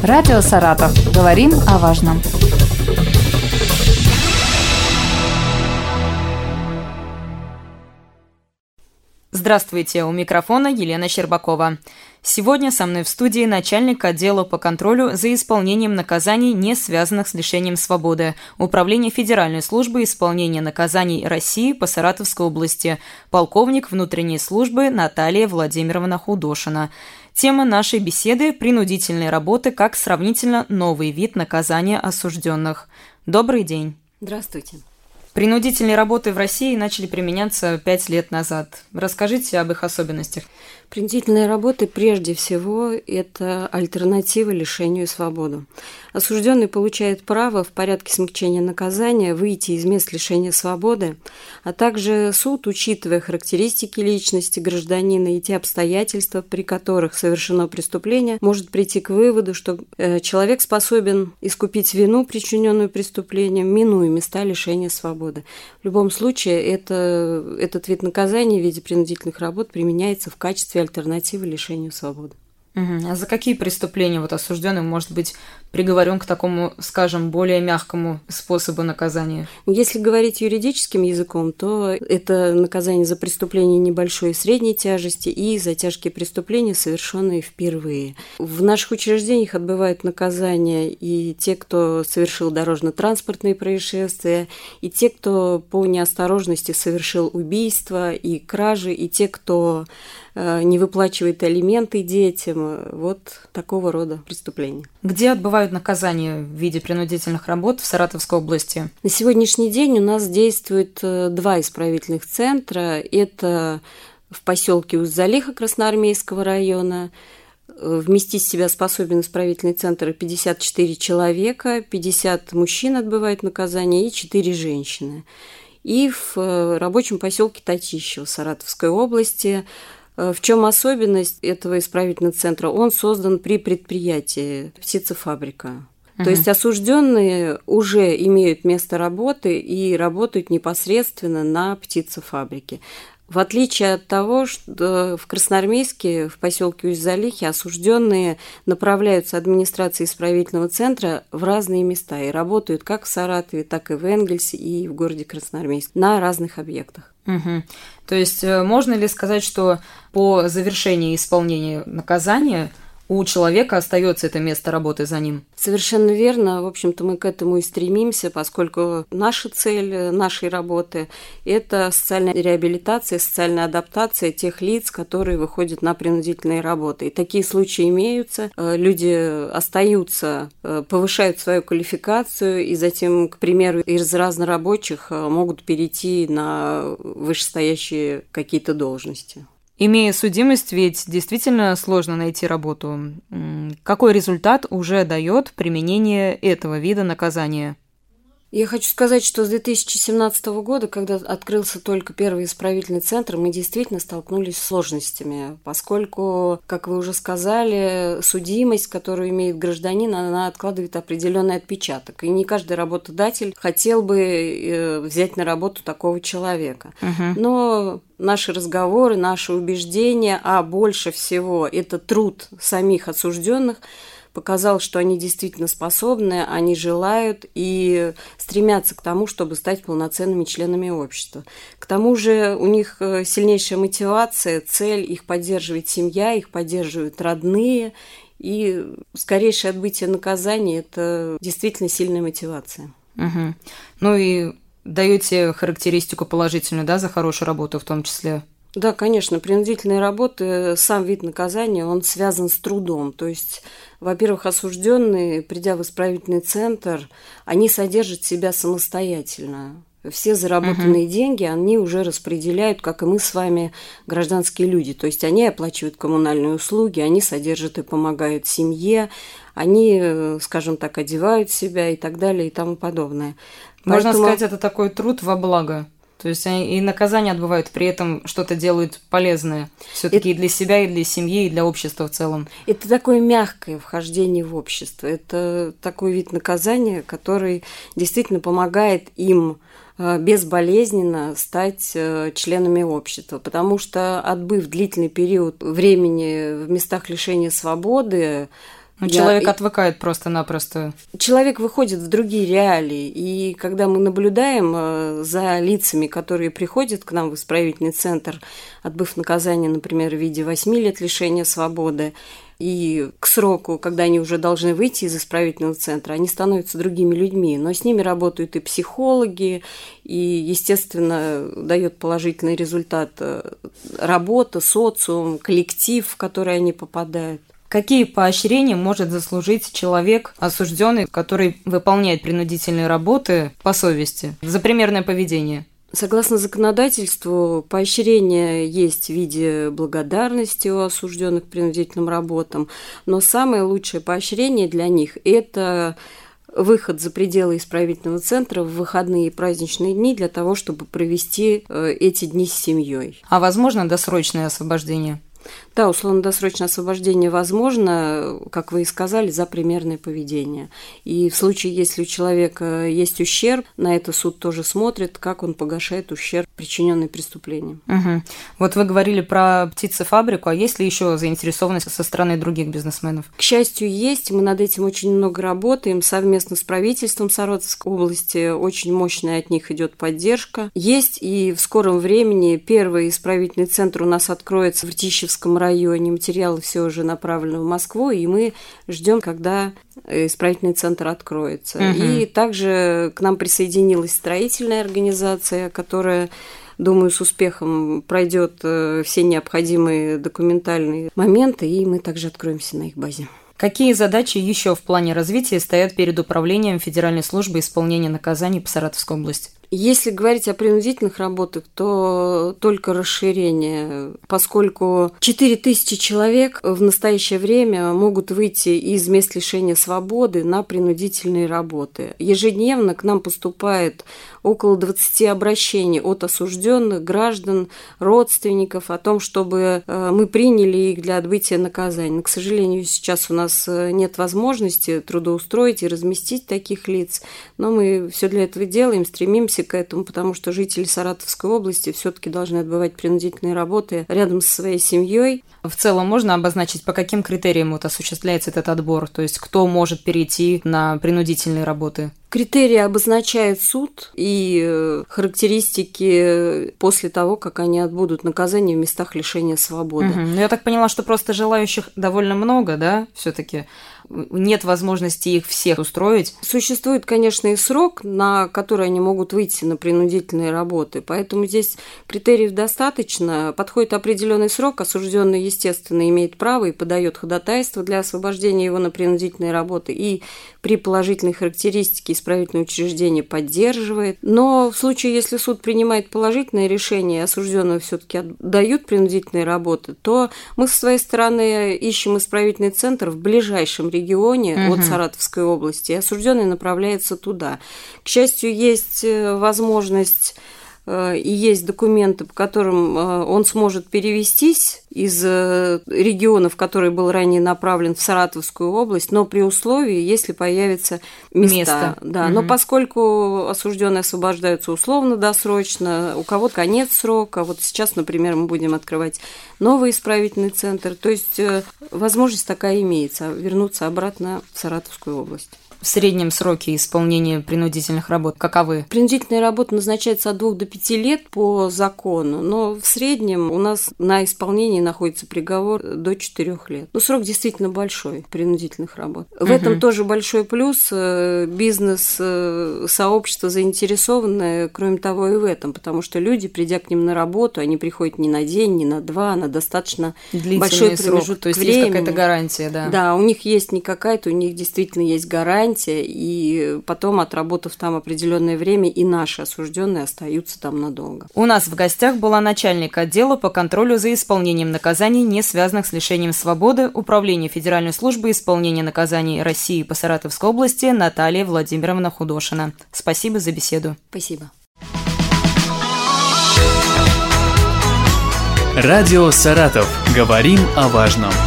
Радио «Саратов». Говорим о важном. Здравствуйте, у микрофона Елена Щербакова. Сегодня со мной в студии начальник отдела по контролю за исполнением наказаний, не связанных с лишением свободы, Управления Федеральной службы исполнения наказаний России по Саратовской области, полковник внутренней службы Наталья Владимировна Худошина. Тема нашей беседы – принудительные работы как сравнительно новый вид наказания осужденных. Добрый день. Здравствуйте. Принудительные работы в России начали применяться 5 лет назад. Расскажите об их особенностях. Принудительные работы, прежде всего, это альтернатива лишению свободы. Осужденный получает право в порядке смягчения наказания выйти из мест лишения свободы, а также суд, учитывая характеристики личности гражданина и те обстоятельства, при которых совершено преступление, может прийти к выводу, что человек способен искупить вину, причиненную преступлением, минуя места лишения свободы. В любом случае, этот вид наказания в виде принудительных работ применяется в качестве альтернативы лишению свободы. А за какие преступления осужденный может быть приговорен к такому, скажем, более мягкому способу наказания? Если говорить юридическим языком, то это наказание за преступления небольшой и средней тяжести и за тяжкие преступления, совершенные впервые. В наших учреждениях отбывают наказания и те, кто совершил дорожно-транспортные происшествия, и те, кто по неосторожности совершил убийство и кражи, и те, кто не выплачивает алименты детям, вот такого рода преступления. Где отбывают наказания в виде принудительных работ в Саратовской области? На сегодняшний день у нас действует 2 исправительных центра. Это в поселке Усть-Залиха Красноармейского района. Вместить в себя способен исправительный центр 54 человека, 50 мужчин отбывают наказание и 4 женщины. И в рабочем поселке Татищево Саратовской области. В чем особенность этого исправительного центра? Он создан при предприятии «Птицефабрика». То есть осужденные уже имеют место работы и работают непосредственно на птицефабрике. В отличие от того, что в Красноармейске, в поселке Усть-Залихе, осужденные направляются администрацией исправительного центра в разные места и работают как в Саратове, так и в Энгельсе и в городе Красноармейск на разных объектах. Угу. То есть можно ли сказать, что по завершении исполнения наказания у человека остается это место работы за ним? Совершенно верно. В общем-то, мы к этому и стремимся, поскольку наша цель нашей работы – это социальная реабилитация, социальная адаптация тех лиц, которые выходят на принудительные работы. И такие случаи имеются. Люди остаются, повышают свою квалификацию, и затем, к примеру, из разнорабочих могут перейти на вышестоящие какие-то должности. Имея судимость, ведь действительно сложно найти работу. Какой результат уже дает применение этого вида наказания? Я хочу сказать, что с 2017 года, когда открылся только первый исправительный центр, мы действительно столкнулись с сложностями, поскольку, как вы уже сказали, судимость, которую имеет гражданин, она откладывает определенный отпечаток. И не каждый работодатель хотел бы взять на работу такого человека. Но наши разговоры, наши убеждения, а больше всего это труд самих осужденных, показал, что они действительно способны, они желают и стремятся к тому, чтобы стать полноценными членами общества. К тому же у них сильнейшая мотивация, цель, их поддерживает семья, их поддерживают родные, и скорейшее отбытие наказания – это действительно сильная мотивация. Угу. Ну и даете характеристику положительную, да, за хорошую работу в том числе? Да, конечно, принудительные работы, сам вид наказания, он связан с трудом. То есть, во-первых, осужденные, придя в исправительный центр, они содержат себя самостоятельно. Все заработанные деньги они уже распределяют, как и мы с вами, гражданские люди. То есть они оплачивают коммунальные услуги, они содержат и помогают семье, они, скажем так, одевают себя и так далее и тому подобное. Можно сказать, это такой труд во благо. То есть они и наказание отбывают, при этом что-то делают полезное. Все-таки и для себя, и для семьи, и для общества в целом. Это такое мягкое вхождение в общество. Это такой вид наказания, который действительно помогает им безболезненно стать членами общества. Потому что, отбыв длительный период времени в местах лишения свободы, Человек отвыкает просто-напросто. Человек выходит в другие реалии, и когда мы наблюдаем за лицами, которые приходят к нам в исправительный центр, отбыв наказание, например, в виде 8 лет лишения свободы, и к сроку, когда они уже должны выйти из исправительного центра, они становятся другими людьми. Но с ними работают и психологи, и, естественно, дает положительный результат работа, социум, коллектив, в который они попадают. Какие поощрения может заслужить человек, осужденный, который выполняет принудительные работы по совести за примерное поведение? Согласно законодательству, поощрение есть в виде благодарности у осужденных к принудительным работам, но самое лучшее поощрение для них – это выход за пределы исправительного центра в выходные и праздничные дни для того, чтобы провести эти дни с семьей. А возможно досрочное освобождение? Да, условно-досрочное освобождение возможно, как вы и сказали, за примерное поведение. И в случае, если у человека есть ущерб, на это суд тоже смотрит, как он погашает ущерб, причиненный преступлением. Угу. Вот вы говорили про птицефабрику, а есть ли еще заинтересованность со стороны других бизнесменов? К счастью, есть. Мы над этим очень много работаем совместно с правительством Саратовской области. Очень мощная от них идет поддержка. Есть, и в скором времени первый исправительный центр у нас откроется в Ртищевском районе. Материалы все уже направлены в Москву, и мы ждем, когда исправительный центр откроется. Угу. И также к нам присоединилась строительная организация, которая, думаю, с успехом пройдет все необходимые документальные моменты, и мы также откроемся на их базе. Какие задачи еще в плане развития стоят перед управлением Федеральной службы исполнения наказаний по Саратовской области? Если говорить о принудительных работах, то только расширение, поскольку 4000 человек в настоящее время могут выйти из мест лишения свободы на принудительные работы. Ежедневно к нам поступает около 20 обращений от осужденных граждан, родственников о том, чтобы мы приняли их для отбытия наказания. Но, к сожалению, сейчас у нас нет возможности трудоустроить и разместить таких лиц, но мы все для этого делаем, стремимся к этому, потому что жители Саратовской области все-таки должны отбывать принудительные работы рядом со своей семьей. В целом можно обозначить, по каким критериям вот осуществляется этот отбор, то есть кто может перейти на принудительные работы? Критерии обозначает суд и характеристики после того, как они отбудут наказание в местах лишения свободы. Угу. Я так поняла, что просто желающих довольно много, да, все-таки? Нет возможности их всех устроить. Существует, конечно, и срок, на который они могут выйти на принудительные работы, поэтому здесь критериев достаточно. Подходит определенный срок, осужденный, естественно, имеет право и подает ходатайство для освобождения его на принудительные работы, и при положительной характеристике исправительное учреждение поддерживает. Но в случае, если суд принимает положительное решение, осужденного все-таки отдают принудительные работы, то мы со своей стороны ищем исправительный центр в ближайшем регионе от Саратовской области, и осужденный направляется туда. К счастью, есть возможность и есть документы, по которым он сможет перевестись из региона, в который был ранее направлен, в Саратовскую область, но при условии, если появятся места. Да. Но поскольку осужденные освобождаются условно-досрочно, у кого-то конец срока, вот сейчас, например, мы будем открывать новый исправительный центр, то есть возможность такая имеется, вернуться обратно в Саратовскую область. В среднем сроки исполнения принудительных работ каковы? Принудительная работа назначается от 2 до 5 лет по закону, но в среднем у нас на исполнении находится приговор до 4 лет. Но срок действительно большой принудительных работ. В этом тоже большой плюс. Бизнес-сообщество заинтересованное, кроме того, и в этом, потому что люди, придя к ним на работу, они приходят не на день, не на два, а на достаточно большой промежуток то есть времени. Есть какая-то гарантия, да? Да, у них есть не какая-то, у них действительно есть гарантия, и потом, отработав там определенное время, и наши осужденные остаются там надолго. У нас в гостях была начальник отдела по контролю за исполнением наказаний, не связанных с лишением свободы, Управления Федеральной службы исполнения наказаний России по Саратовской области Наталья Владимировна Худошина. Спасибо за беседу. Спасибо. Радио «Саратов». Говорим о важном.